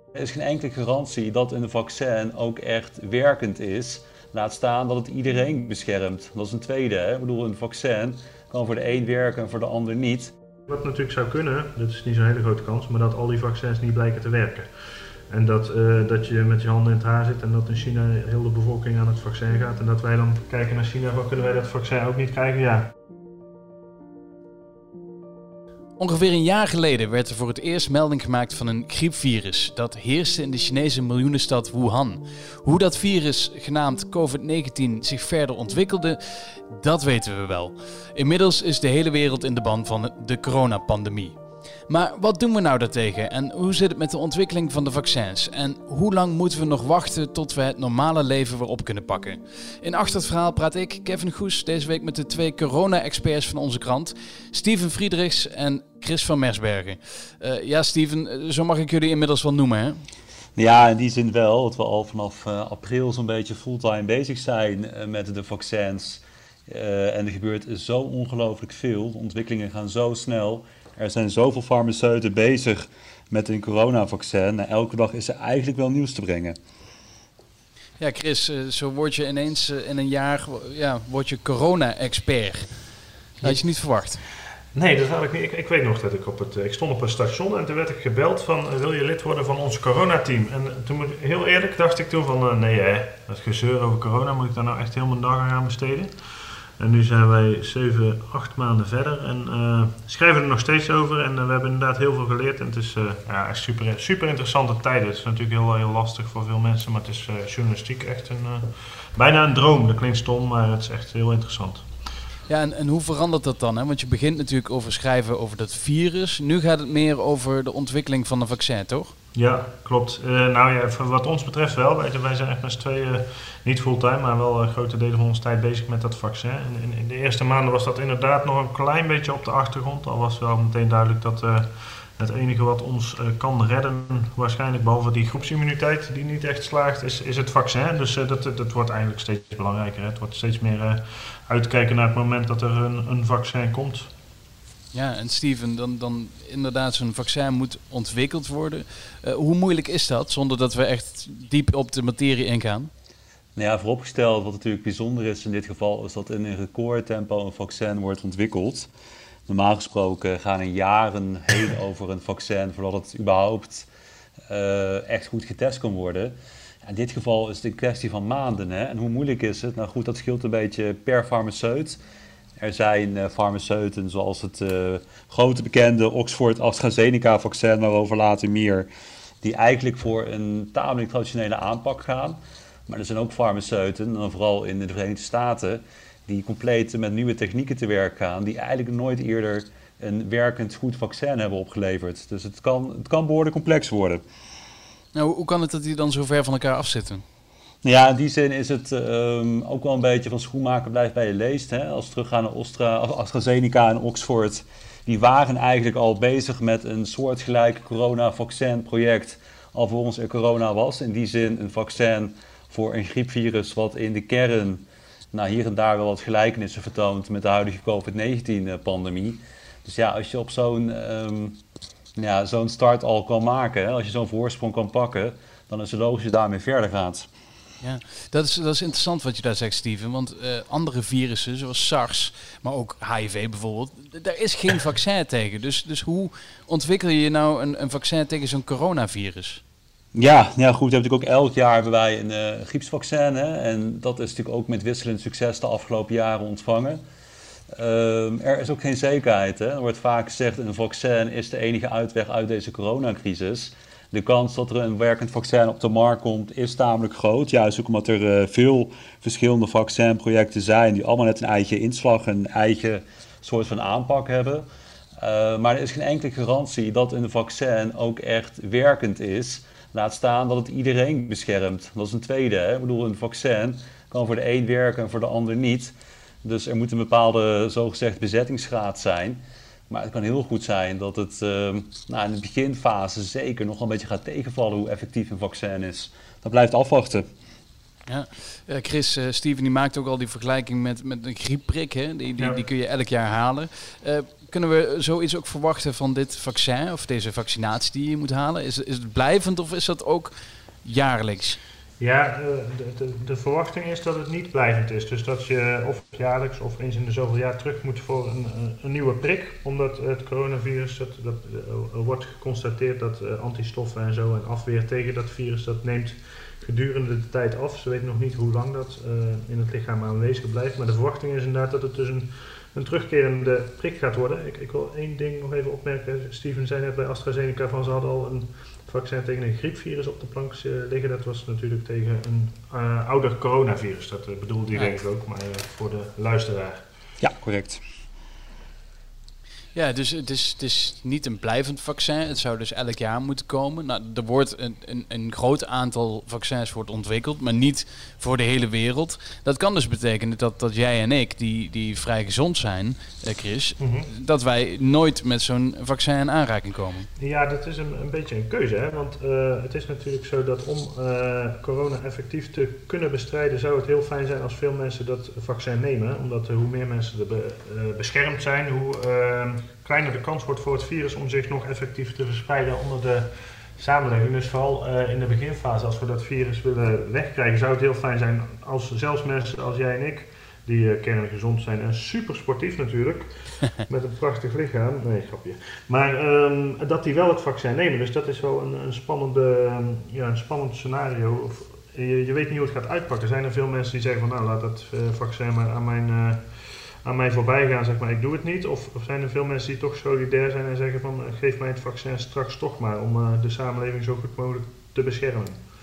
Er is geen enkele garantie dat een vaccin ook echt werkend is. Laat staan dat het iedereen beschermt. Dat is een tweede. Hè? Ik bedoel, een vaccin kan voor de een werken en voor de ander niet. Wat natuurlijk zou kunnen, dat is niet zo'n hele grote kans, maar dat al die vaccins niet blijken te werken. En dat je met je handen in het haar zit en dat in China heel de bevolking aan het vaccin gaat. En dat wij dan kijken naar China, van kunnen wij dat vaccin ook niet krijgen? Ja. Ongeveer een jaar geleden werd er voor het eerst melding gemaakt van een griepvirus dat heerste in de Chinese miljoenenstad Wuhan. Hoe dat virus, genaamd COVID-19, zich verder ontwikkelde, dat weten we wel. Inmiddels is de hele wereld in de ban van de coronapandemie. Maar wat doen we nou daartegen en hoe zit het met de ontwikkeling van de vaccins? En hoe lang moeten we nog wachten tot we het normale leven weer op kunnen pakken? In Achter het Verhaal praat ik, Kevin Goes, deze week met de twee corona-experts van onze krant. Steven Friedrichs en Chris van Mersbergen. Ja, Steven, zo mag ik jullie inmiddels wel noemen, hè? Ja, in die zin wel. Dat we al vanaf april zo'n beetje fulltime bezig zijn met de vaccins. En er gebeurt zo ongelooflijk veel. De ontwikkelingen gaan zo snel. Er zijn zoveel farmaceuten bezig met een coronavaccin. Elke dag is er eigenlijk wel nieuws te brengen. Ja, Chris, zo word je ineens in een jaar word je corona-expert. Dat had je niet verwacht. Nee, dat had ik niet. Ik weet nog dat ik stond op een station en toen werd ik gebeld van wil je lid worden van ons coronateam? En toen, heel eerlijk, dacht ik toen van nee hè, dat gezeur over corona, moet ik daar nou echt heel mijn dag aan gaan besteden? En nu zijn wij 7, 8 maanden verder en schrijven er nog steeds over en we hebben inderdaad heel veel geleerd. En het is echt super interessante tijden. Het is natuurlijk heel lastig voor veel mensen, maar het is journalistiek echt bijna een droom. Dat klinkt stom, maar het is echt heel interessant. Ja, en hoe verandert dat dan? Hè? Want je begint natuurlijk over schrijven over dat virus. Nu gaat het meer over de ontwikkeling van een vaccin, toch? Ja, klopt. Wat ons betreft wel. Wij zijn echt met z'n tweeën, niet fulltime, maar wel grote delen van onze tijd bezig met dat vaccin. En in de eerste maanden was dat inderdaad nog een klein beetje op de achtergrond. Al was wel meteen duidelijk dat het enige wat ons kan redden, waarschijnlijk behalve die groepsimmuniteit die niet echt slaagt, is het vaccin. Dus dat wordt eigenlijk steeds belangrijker. Hè. Het wordt steeds meer uitkijken naar het moment dat er een vaccin komt. Ja, en Steven, dan inderdaad zo'n vaccin moet ontwikkeld worden. Hoe moeilijk is dat, zonder dat we echt diep op de materie ingaan? Nou ja, vooropgesteld, wat natuurlijk bijzonder is in dit geval, is dat in een recordtempo een vaccin wordt ontwikkeld. Normaal gesproken gaan er jaren heen over een vaccin voordat het überhaupt echt goed getest kan worden. In dit geval is het een kwestie van maanden. Hè? En hoe moeilijk is het? Nou goed, dat scheelt een beetje per farmaceut. Er zijn farmaceuten zoals het grote bekende Oxford AstraZeneca vaccin, waarover later meer, die eigenlijk voor een tamelijk traditionele aanpak gaan. Maar er zijn ook farmaceuten, en dan vooral in de Verenigde Staten, die compleet met nieuwe technieken te werk gaan, die eigenlijk nooit eerder een werkend goed vaccin hebben opgeleverd. Dus het kan behoorlijk complex worden. Nou, hoe kan het dat die dan zo ver van elkaar afzitten? Nou ja, in die zin is het ook wel een beetje van schoenmaker blijft bij je leest. Hè? Als we teruggaan naar AstraZeneca en Oxford, die waren eigenlijk al bezig met een soortgelijk corona-vaccin-project alvorens er corona was. In die zin een vaccin voor een griepvirus wat in de kern hier en daar wel wat gelijkenissen vertoont met de huidige COVID-19-pandemie. Dus ja, als je op zo'n start al kan maken, hè, als je zo'n voorsprong kan pakken, dan is het logisch dat je daarmee verder gaat. Ja, dat is interessant wat je daar zegt, Steven. Want andere virussen, zoals SARS, maar ook HIV bijvoorbeeld, daar is geen vaccin tegen. Dus hoe ontwikkel je nou een vaccin tegen zo'n coronavirus? Ja, goed. We hebben natuurlijk ook elk jaar hebben wij een griepsvaccin. Hè, en dat is natuurlijk ook met wisselend succes de afgelopen jaren ontvangen. Er is ook geen zekerheid. Hè. Er wordt vaak gezegd, een vaccin is de enige uitweg uit deze coronacrisis. De kans dat er een werkend vaccin op de markt komt is tamelijk groot. Juist ook omdat er veel verschillende vaccinprojecten zijn die allemaal net een eigen inslag, een eigen soort van aanpak hebben. Maar er is geen enkele garantie dat een vaccin ook echt werkend is. Laat staan dat het iedereen beschermt. Dat is een tweede. Hè? Ik bedoel, een vaccin kan voor de een werken en voor de ander niet. Dus er moet een bepaalde zogezegd bezettingsgraad zijn. Maar het kan heel goed zijn dat het in de beginfase zeker nog een beetje gaat tegenvallen hoe effectief een vaccin is. Dat blijft afwachten. Ja, Chris, Steven die maakt ook al die vergelijking met een griepprik. Hè? Die kun je elk jaar halen. Kunnen we zoiets ook verwachten van dit vaccin of deze vaccinatie die je moet halen? Is het blijvend of is dat ook jaarlijks? Ja, de verwachting is dat het niet blijvend is. Dus dat je of jaarlijks of eens in de zoveel jaar terug moet voor een nieuwe prik. Omdat het coronavirus, er wordt geconstateerd dat antistoffen en zo en afweer tegen dat virus, dat neemt gedurende de tijd af. Ze weten nog niet hoe lang dat in het lichaam aanwezig blijft. Maar de verwachting is inderdaad dat het dus een terugkerende prik gaat worden. Ik wil één ding nog even opmerken. Steven zei net bij AstraZeneca van ze hadden al een vaccin tegen een griepvirus op de plank liggen. Dat was natuurlijk tegen een ouder coronavirus. Dat bedoelde hij denk ik ook, maar voor de luisteraar. Ja, correct. Ja, dus het is niet een blijvend vaccin. Het zou dus elk jaar moeten komen. Nou, er wordt een groot aantal vaccins wordt ontwikkeld, maar niet voor de hele wereld. Dat kan dus betekenen dat jij en ik, die vrij gezond zijn, Chris, dat wij nooit met zo'n vaccin in aanraking komen. Ja, dat is een beetje een keuze. Hè? Want het is natuurlijk zo dat om corona effectief te kunnen bestrijden, zou het heel fijn zijn als veel mensen dat vaccin nemen. Omdat hoe meer mensen beschermd zijn, hoe kleiner de kans wordt voor het virus om zich nog effectief te verspreiden onder de samenleving. Dus vooral in de beginfase, als we dat virus willen wegkrijgen, zou het heel fijn zijn als zelfs mensen als jij en ik, die kerngezond zijn en super sportief natuurlijk, met een prachtig lichaam, nee grapje, maar dat die wel het vaccin nemen. Dus dat is wel een spannend scenario. Je weet niet hoe het gaat uitpakken. Er zijn er veel mensen die zeggen van nou laat dat vaccin maar aan mij voorbij gaan, zeg maar, ik doe het niet? Of zijn er veel mensen die toch solidair zijn en zeggen van geef mij het vaccin straks toch maar om de samenleving zo goed mogelijk te beschermen?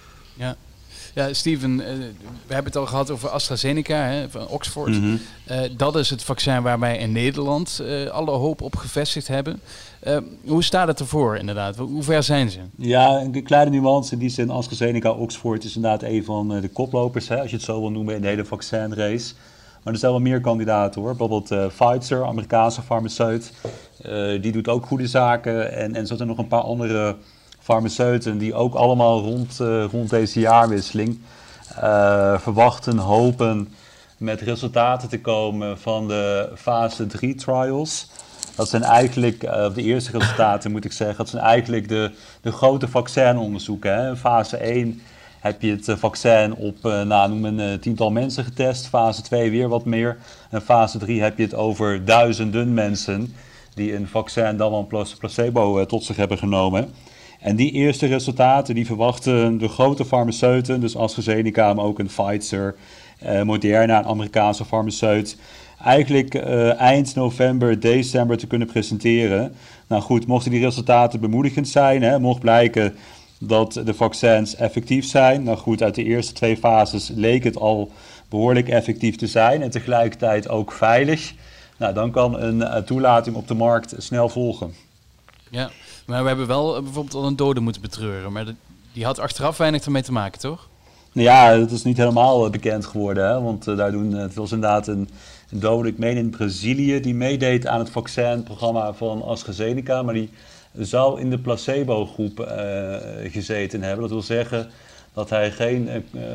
Ja, Steven, we hebben het al gehad over AstraZeneca hè, van Oxford. Dat is het vaccin waar wij in Nederland alle hoop op gevestigd hebben. Hoe staat het ervoor inderdaad? Hoe ver zijn ze? Ja, een kleine nuance in die zin. AstraZeneca Oxford is inderdaad een van de koplopers, hè, als je het zo wil noemen, in de hele vaccinrace. Maar er zijn wel meer kandidaten hoor. Bijvoorbeeld Pfizer, Amerikaanse farmaceut. Die doet ook goede zaken. En zo zijn er nog een paar andere farmaceuten die ook allemaal rond deze jaarwisseling verwachten, hopen met resultaten te komen van de fase 3 trials. Dat zijn eigenlijk, de eerste resultaten moet ik zeggen, dat zijn eigenlijk de grote vaccinonderzoeken. Hè. Fase 1 heb je het vaccin op noem een tiental mensen getest. Fase 2 weer wat meer. En fase 3 heb je het over duizenden mensen die een vaccin dan wel een placebo tot zich hebben genomen. En die eerste resultaten die verwachten de grote farmaceuten, dus AstraZeneca, maar ook een Pfizer, Moderna, een Amerikaanse farmaceut, eigenlijk eind november, december te kunnen presenteren. Nou goed, mochten die resultaten bemoedigend zijn, hè, mocht blijken dat de vaccins effectief zijn. Nou goed, uit de eerste 2 fases leek het al behoorlijk effectief te zijn en tegelijkertijd ook veilig. Nou, dan kan een toelating op de markt snel volgen. Ja, maar we hebben wel bijvoorbeeld al een dode moeten betreuren, maar die had achteraf weinig ermee te maken, toch? Nou ja, dat is niet helemaal bekend geworden, hè? Want het was inderdaad een dode, ik meen in Brazilië, die meedeed aan het vaccinprogramma van AstraZeneca, maar die zou in de placebo-groep gezeten hebben. Dat wil zeggen dat hij geen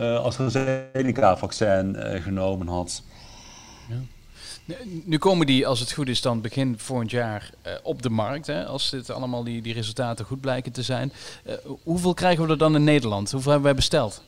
AstraZeneca-vaccin genomen had. Ja. Nu komen die, als het goed is, dan begin volgend jaar op de markt. Hè, als dit allemaal die resultaten goed blijken te zijn. Hoeveel krijgen we er dan in Nederland? Hoeveel hebben wij besteld?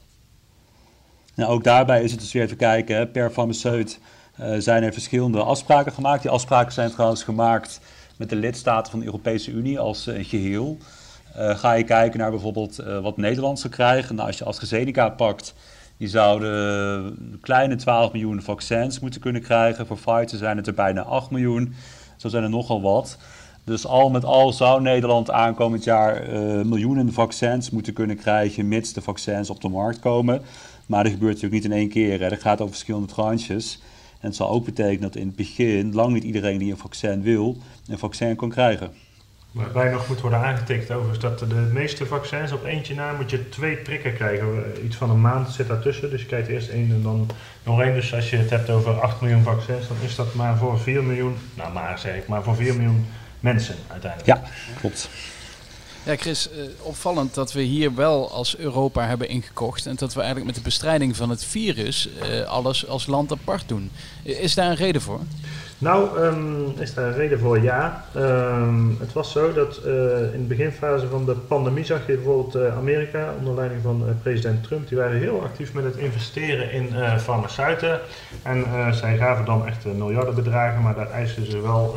Nou, ook daarbij is het dus weer te kijken. Hè. Per farmaceut zijn er verschillende afspraken gemaakt. Die afspraken zijn trouwens gemaakt met de lidstaten van de Europese Unie als geheel. Ga je kijken naar bijvoorbeeld wat Nederland zou krijgen. Nou, als je AstraZeneca pakt, die zouden kleine 12 miljoen vaccins moeten kunnen krijgen. Voor Pfizer zijn het er bijna 8 miljoen. Zo zijn er nogal wat. Dus al met al zou Nederland aankomend jaar miljoenen vaccins moeten kunnen krijgen, mits de vaccins op de markt komen. Maar dat gebeurt natuurlijk niet in één keer. Hè. Dat gaat over verschillende tranches. En het zal ook betekenen dat in het begin lang niet iedereen die een vaccin wil, een vaccin kan krijgen. Waarbij nog moet worden aangetikt overigens dat de meeste vaccins op eentje na moet je 2 prikken krijgen. Iets van een maand zit daartussen, dus je krijgt eerst 1 en dan nog 1. Dus als je het hebt over 8 miljoen vaccins, dan is dat maar voor 4 miljoen, maar voor 4 miljoen mensen uiteindelijk. Ja, klopt. Ja, Chris, opvallend dat we hier wel als Europa hebben ingekocht en dat we eigenlijk met de bestrijding van het virus alles als land apart doen. Is daar een reden voor? Nou, is daar een reden voor? Ja. Het was zo dat in de beginfase van de pandemie zag je bijvoorbeeld Amerika onder leiding van president Trump. Die waren heel actief met het investeren in farmaceuten. En zij gaven dan echt miljardenbedragen, maar daar eisten ze wel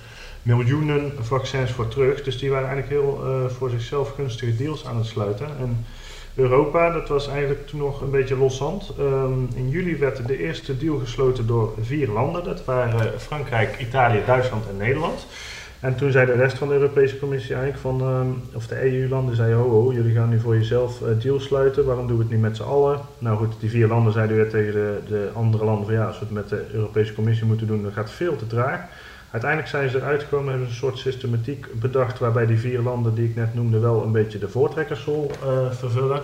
miljoenen vaccins voor terug. Dus die waren eigenlijk heel voor zichzelf gunstige deals aan het sluiten. En Europa, dat was eigenlijk toen nog een beetje loszand. In juli werd de eerste deal gesloten door 4 landen. Dat waren Frankrijk, Italië, Duitsland en Nederland. En toen zei de rest van de Europese Commissie eigenlijk of de EU-landen zeiden, ho, jullie gaan nu voor jezelf deals sluiten, waarom doen we het niet met z'n allen? Nou goed, die 4 landen zeiden weer tegen de andere landen van ja, als we het met de Europese Commissie moeten doen, dan gaat het veel te traag. Uiteindelijk zijn ze eruit gekomen en hebben een soort systematiek bedacht waarbij die 4 landen die ik net noemde wel een beetje de voortrekkersrol vervullen.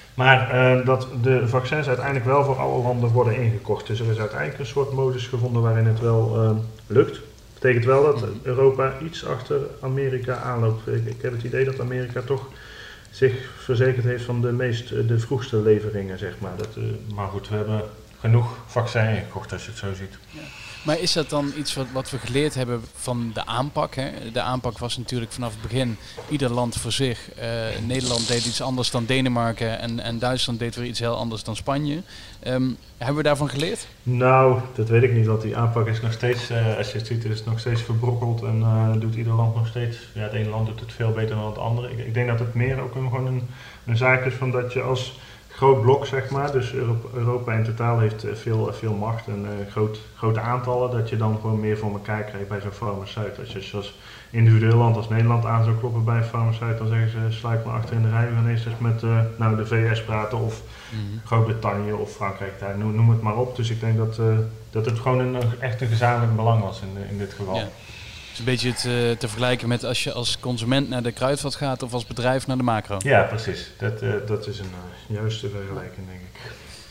Maar dat de vaccins uiteindelijk wel voor alle landen worden ingekocht. Dus er is uiteindelijk een soort modus gevonden waarin het wel lukt. Dat betekent wel dat Europa iets achter Amerika aanloopt. Ik heb het idee dat Amerika toch zich verzekerd heeft van de vroegste leveringen, zeg maar. Maar goed, we hebben genoeg vaccin ingekocht als je het zo ziet. Ja. Maar is dat dan iets wat we geleerd hebben van de aanpak? Hè? De aanpak was natuurlijk vanaf het begin ieder land voor zich. Nederland deed iets anders dan Denemarken en Duitsland deed weer iets heel anders dan Spanje. Hebben we daarvan geleerd? Nou, dat weet ik niet, want die aanpak is nog steeds, als je het ziet, is het nog steeds verbrokkeld en doet ieder land nog steeds. Ja, het ene land doet het veel beter dan het andere. Ik denk dat het meer ook gewoon een zaak is van dat je als groot blok, zeg maar, dus Europa in totaal heeft veel macht en grote aantallen, dat je dan gewoon meer voor elkaar krijgt bij zo'n farmaceut. Als je als individueel land als Nederland aan zou kloppen bij een farmaceut, dan zeggen ze, sluit maar achter in de rij, we gaan eerst eens met de VS praten of Groot-Brittannië of Frankrijk, daar, noem het maar op. Dus ik denk dat het gewoon echt een gezamenlijk belang was in dit geval. Ja. Het is een beetje te vergelijken met als je als consument naar de kruidvat gaat of als bedrijf naar de macro. Ja, precies. Dat is een juiste vergelijking, denk ik.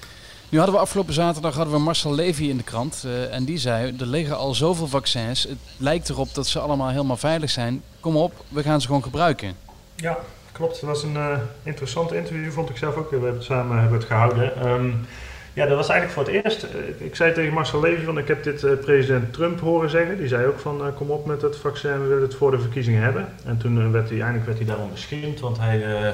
Nu hadden we afgelopen zaterdag Marcel Levy in de krant en die zei, er liggen al zoveel vaccins, het lijkt erop dat ze allemaal helemaal veilig zijn. Kom op, we gaan ze gewoon gebruiken. Ja, klopt. Het was een interessant interview, vond ik zelf ook. We hebben het samen gehouden. Ja, dat was eigenlijk voor het eerst. Ik zei tegen Marcel Levy van ik heb dit president Trump horen zeggen. Die zei ook van kom op met het vaccin, we willen het voor de verkiezingen hebben. En toen werd hij daarom beschimpt, want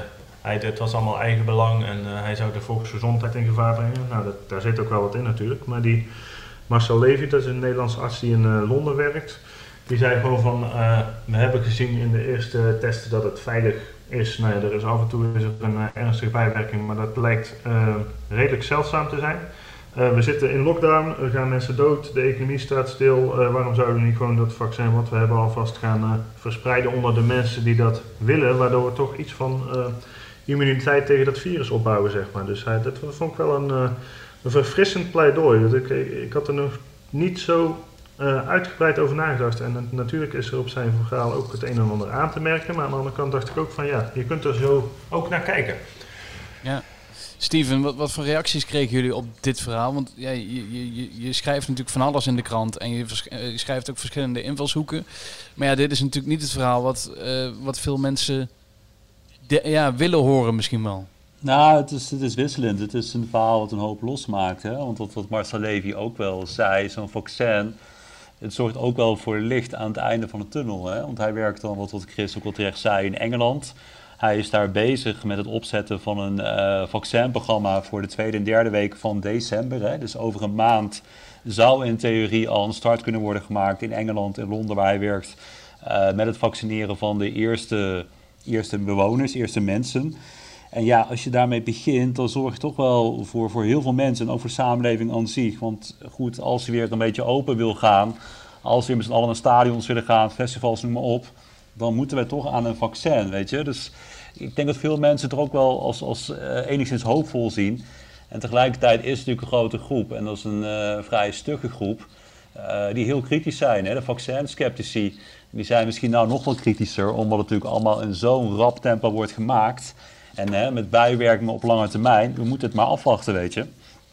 het was allemaal eigen belang en hij zou de volksgezondheid in gevaar brengen. Nou, daar zit ook wel wat in natuurlijk. Maar die Marcel Levy, dat is een Nederlandse arts die in Londen werkt. Die zei gewoon van we hebben gezien in de eerste testen dat het veilig is. Nou ja, er is af en toe een ernstige bijwerking, maar dat lijkt redelijk zeldzaam te zijn. We zitten in lockdown, er gaan mensen dood, de economie staat stil. Waarom zouden we niet gewoon dat vaccin wat we hebben alvast gaan verspreiden onder de mensen die dat willen, waardoor we toch iets van immuniteit tegen dat virus opbouwen, zeg maar. Dus dat vond ik wel een verfrissend pleidooi. Ik had er nog niet zo uitgebreid over nagedacht. En natuurlijk is er op zijn verhaal ook het een en ander aan te merken. Maar aan de andere kant dacht ik ook van ja, je kunt er zo ook naar kijken. Ja. Steven, wat voor reacties kregen jullie op dit verhaal? Want ja, je schrijft natuurlijk van alles in de krant en je schrijft ook verschillende invalshoeken. Maar ja, dit is natuurlijk niet het verhaal wat veel mensen willen horen misschien wel. Nou, het is wisselend. Het is een verhaal wat een hoop losmaakt. Hè? Want wat Marcel Levy ook wel zei, zo'n vaccin, het zorgt ook wel voor licht aan het einde van de tunnel. Hè? Want hij werkt dan, wat Chris ook al terecht zei, in Engeland. Hij is daar bezig met het opzetten van een vaccinprogramma voor de tweede en derde week van december. Hè? Dus over een maand zou in theorie al een start kunnen worden gemaakt in Engeland, in Londen waar hij werkt, met het vaccineren van de eerste bewoners, eerste mensen. En ja, als je daarmee begint, dan zorg je toch wel voor heel veel mensen en ook voor de samenleving aan zich. Want goed, als je weer een beetje open wil gaan, als we weer met z'n allen naar stadions willen gaan, festivals, noem maar op, dan moeten we toch aan een vaccin, weet je. Dus ik denk dat veel mensen het er ook wel als enigszins hoopvol zien. En tegelijkertijd is het natuurlijk een grote groep, en dat is een vrij stugge groep, die heel kritisch zijn. Hè? De vaccinskeptici, die zijn misschien nou nog wel kritischer, omdat het natuurlijk allemaal in zo'n rap tempo wordt gemaakt. En met bijwerkingen op lange termijn, we moeten het maar afwachten, weet je.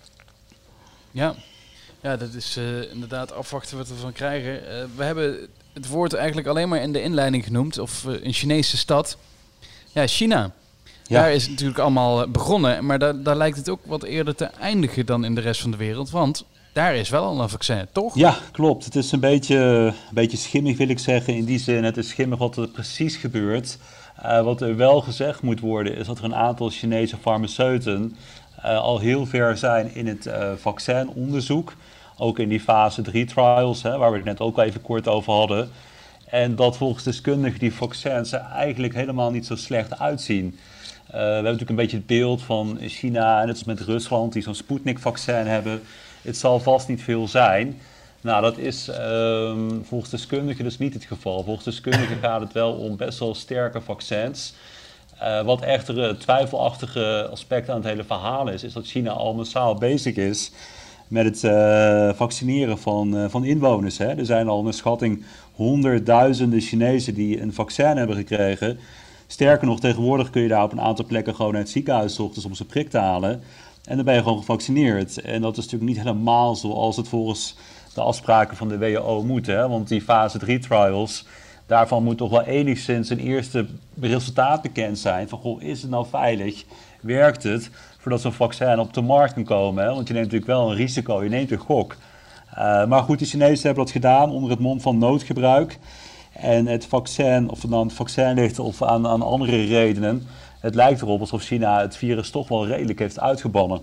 Ja, dat is inderdaad afwachten wat we van krijgen. We hebben het woord eigenlijk alleen maar in de inleiding genoemd, of een Chinese stad. Ja, China. Ja. Daar is het natuurlijk allemaal begonnen, maar daar lijkt het ook wat eerder te eindigen dan in de rest van de wereld. Want daar is wel al een vaccin, toch? Ja, klopt. Het is een beetje schimmig, wil ik zeggen. In die zin, het is schimmig wat er precies gebeurt. Wat er wel gezegd moet worden, is dat er een aantal Chinese farmaceuten al heel ver zijn in het vaccinonderzoek. Ook in die fase 3 trials, waar we het net ook al even kort over hadden. En dat volgens deskundigen die vaccins er eigenlijk helemaal niet zo slecht uitzien. We hebben natuurlijk een beetje het beeld van China, net als met Rusland, die zo'n Sputnik-vaccin hebben. Het zal vast niet veel zijn. Nou, dat is volgens deskundigen dus niet het geval. Volgens deskundigen gaat het wel om best wel sterke vaccins. Wat echter het twijfelachtige aspect aan het hele verhaal is dat China al massaal bezig is met het vaccineren van inwoners. Hè. Er zijn al naar schatting honderdduizenden Chinezen die een vaccin hebben gekregen. Sterker nog, tegenwoordig kun je daar op een aantal plekken gewoon naar het ziekenhuis 's ochtends om zijn prik te halen. En dan ben je gewoon gevaccineerd. En dat is natuurlijk niet helemaal zoals het volgens de afspraken van de WHO moet. Hè? Want die fase 3 trials, daarvan moet toch wel enigszins een eerste resultaat bekend zijn. Van, goh, is het nou veilig? Werkt het? Voordat zo'n vaccin op de markt kan komen. Hè? Want je neemt natuurlijk wel een risico, je neemt een gok. Maar goed, de Chinezen hebben dat gedaan onder het mom van noodgebruik. En het vaccin, of het nou aan het vaccin ligt of aan andere redenen, het lijkt erop alsof China het virus toch wel redelijk heeft uitgebannen.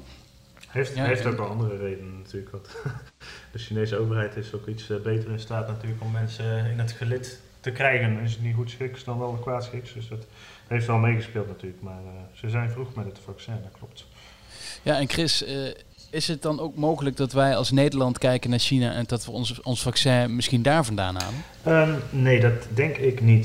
Heeft ook wel andere redenen natuurlijk. Want de Chinese overheid is ook iets beter in staat natuurlijk om mensen in het gelid te krijgen. Als het niet goed schiks, dan wel kwaad schiks. Dus dat heeft wel meegespeeld natuurlijk. Maar ze zijn vroeg met het vaccin, dat klopt. Ja, en Chris, is het dan ook mogelijk dat wij als Nederland kijken naar China en dat we ons vaccin misschien daar vandaan halen? Nee, dat denk ik niet.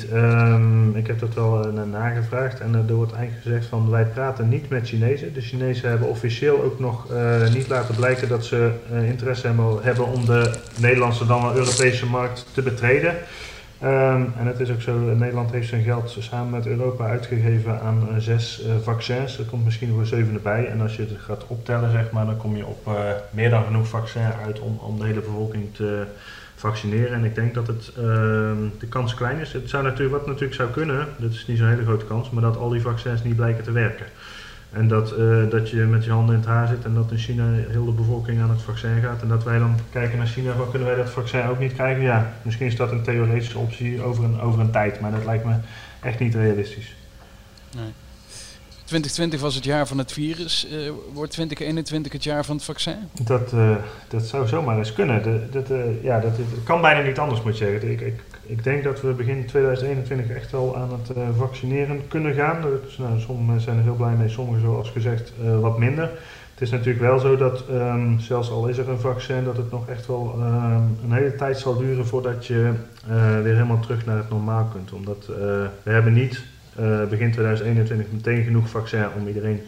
Ik heb dat wel nagevraagd en er wordt eigenlijk gezegd van wij praten niet met Chinezen. De Chinezen hebben officieel ook nog niet laten blijken dat ze interesse hebben om de Nederlandse dan wel Europese markt te betreden. En het is ook zo, Nederland heeft zijn geld samen met Europa uitgegeven aan 6 vaccins. Er komt misschien nog een 7e bij. En als je het gaat optellen, zeg maar, dan kom je op meer dan genoeg vaccins uit om de hele bevolking te vaccineren. En ik denk dat de kans klein is. Het zou natuurlijk, wat natuurlijk zou kunnen, dat is niet zo'n hele grote kans, maar dat al die vaccins niet blijken te werken. En dat je met je handen in het haar zit en dat in China heel de bevolking aan het vaccin gaat. En dat wij dan kijken naar China, van kunnen wij dat vaccin ook niet krijgen? Ja, misschien is dat een theoretische optie over een tijd, maar dat lijkt me echt niet realistisch. Nee. 2020 was het jaar van het virus. Wordt 2021 het jaar van het vaccin? Dat zou zomaar eens kunnen. Dat kan bijna niet anders, moet je zeggen. Ik denk dat we begin 2021 echt wel aan het vaccineren kunnen gaan. Dus, sommigen mensen zijn er heel blij mee, sommigen zoals gezegd wat minder. Het is natuurlijk wel zo dat, zelfs al is er een vaccin, dat het nog echt wel een hele tijd zal duren voordat je weer helemaal terug naar het normaal kunt. Omdat we hebben niet begin 2021 meteen genoeg vaccin om iedereen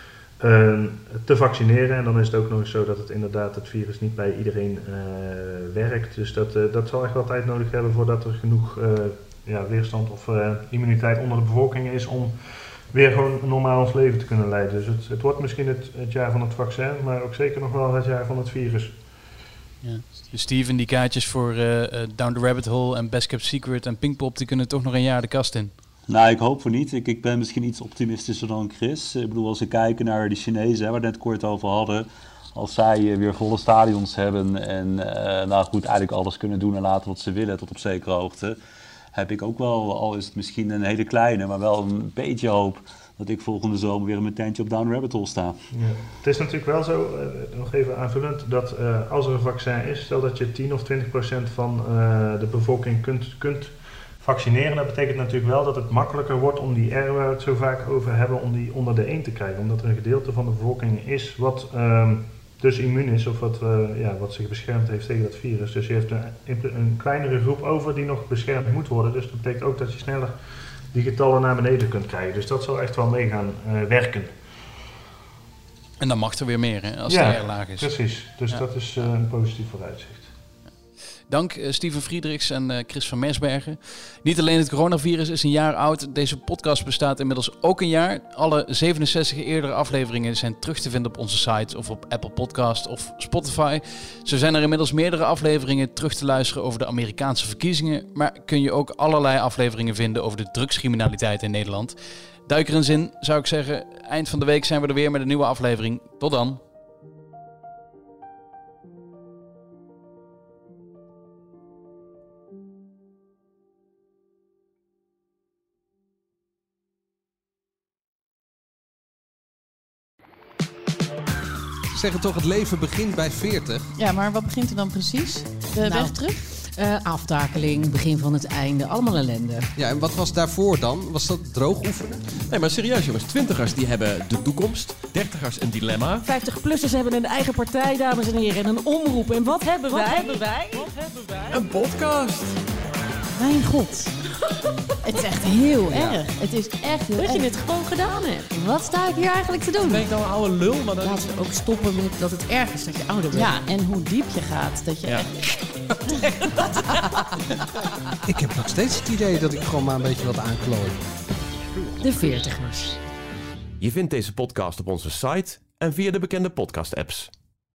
te vaccineren. En dan is het ook nog eens zo dat het virus niet bij iedereen werkt. Dus dat zal echt wel tijd nodig hebben voordat er genoeg weerstand of immuniteit onder de bevolking is om weer gewoon normaal ons leven te kunnen leiden. Dus het wordt misschien het jaar van het vaccin, maar ook zeker nog wel het jaar van het virus. Ja. Dus Steven, die kaartjes voor Down the Rabbit Hole en Best Kept Secret en Pinkpop, die kunnen toch nog een jaar de kast in? Nou, ik hoop voor niet. Ik ben misschien iets optimistischer dan Chris. Ik bedoel, als we kijken naar de Chinezen, waar we het net kort over hadden, als zij weer volle stadions hebben en eigenlijk alles kunnen doen en laten wat ze willen tot op zekere hoogte, heb ik ook wel, al is het misschien een hele kleine, maar wel een beetje hoop dat ik volgende zomer weer in mijn tentje op Down the Rabbit Hole sta. Ja. Het is natuurlijk wel zo, nog even aanvullend, dat als er een vaccin is, stel dat je 10 of 20% van de bevolking kunt vaccineren. Dat betekent natuurlijk wel dat het makkelijker wordt om die R, waar we het zo vaak over hebben, om die onder de 1 te krijgen. Omdat er een gedeelte van de bevolking is wat dus immuun is of wat zich beschermd heeft tegen dat virus. Dus je heeft een kleinere groep over die nog beschermd moet worden. Dus dat betekent ook dat je sneller die getallen naar beneden kunt krijgen. Dus dat zal echt wel mee gaan werken. En dan mag er weer meer, hè, als de R laag is. Precies. Dus dat is een positief vooruitzicht. Dank Steven Friedrichs en Chris van Mersbergen. Niet alleen het coronavirus is een jaar oud. Deze podcast bestaat inmiddels ook een jaar. Alle 67 eerdere afleveringen zijn terug te vinden op onze site of op Apple Podcast of Spotify. Zo zijn er inmiddels meerdere afleveringen terug te luisteren over de Amerikaanse verkiezingen. Maar kun je ook allerlei afleveringen vinden over de drugscriminaliteit in Nederland. Duik er eens in, zou ik zeggen. Eind van de week zijn we er weer met een nieuwe aflevering. Tot dan. zeggen toch, het leven begint bij 40. Ja, maar wat begint er dan precies? De weg terug? Aftakeling, begin van het einde, allemaal ellende. Ja, en wat was daarvoor dan? Was dat droog oefenen? Nee, maar serieus jongens, 20ers die hebben de toekomst, 30ers een dilemma. 50-plussers hebben een eigen partij, dames en heren, en een omroep. En wat hebben wij? Een podcast. Mijn god. Het is echt heel erg. Het is echt heel erg. Dat je het gewoon gedaan hebt. Wat sta ik hier eigenlijk te doen? Ben ik nou een oude lul? Maar dan... Laten we ook stoppen met dat het erg is dat je ouder bent. Ja, en hoe diep je gaat. Dat je echt... Ik heb nog steeds het idee dat ik gewoon maar een beetje wat aanklooi. De 40ers. Je vindt deze podcast op onze site en via de bekende podcast-apps.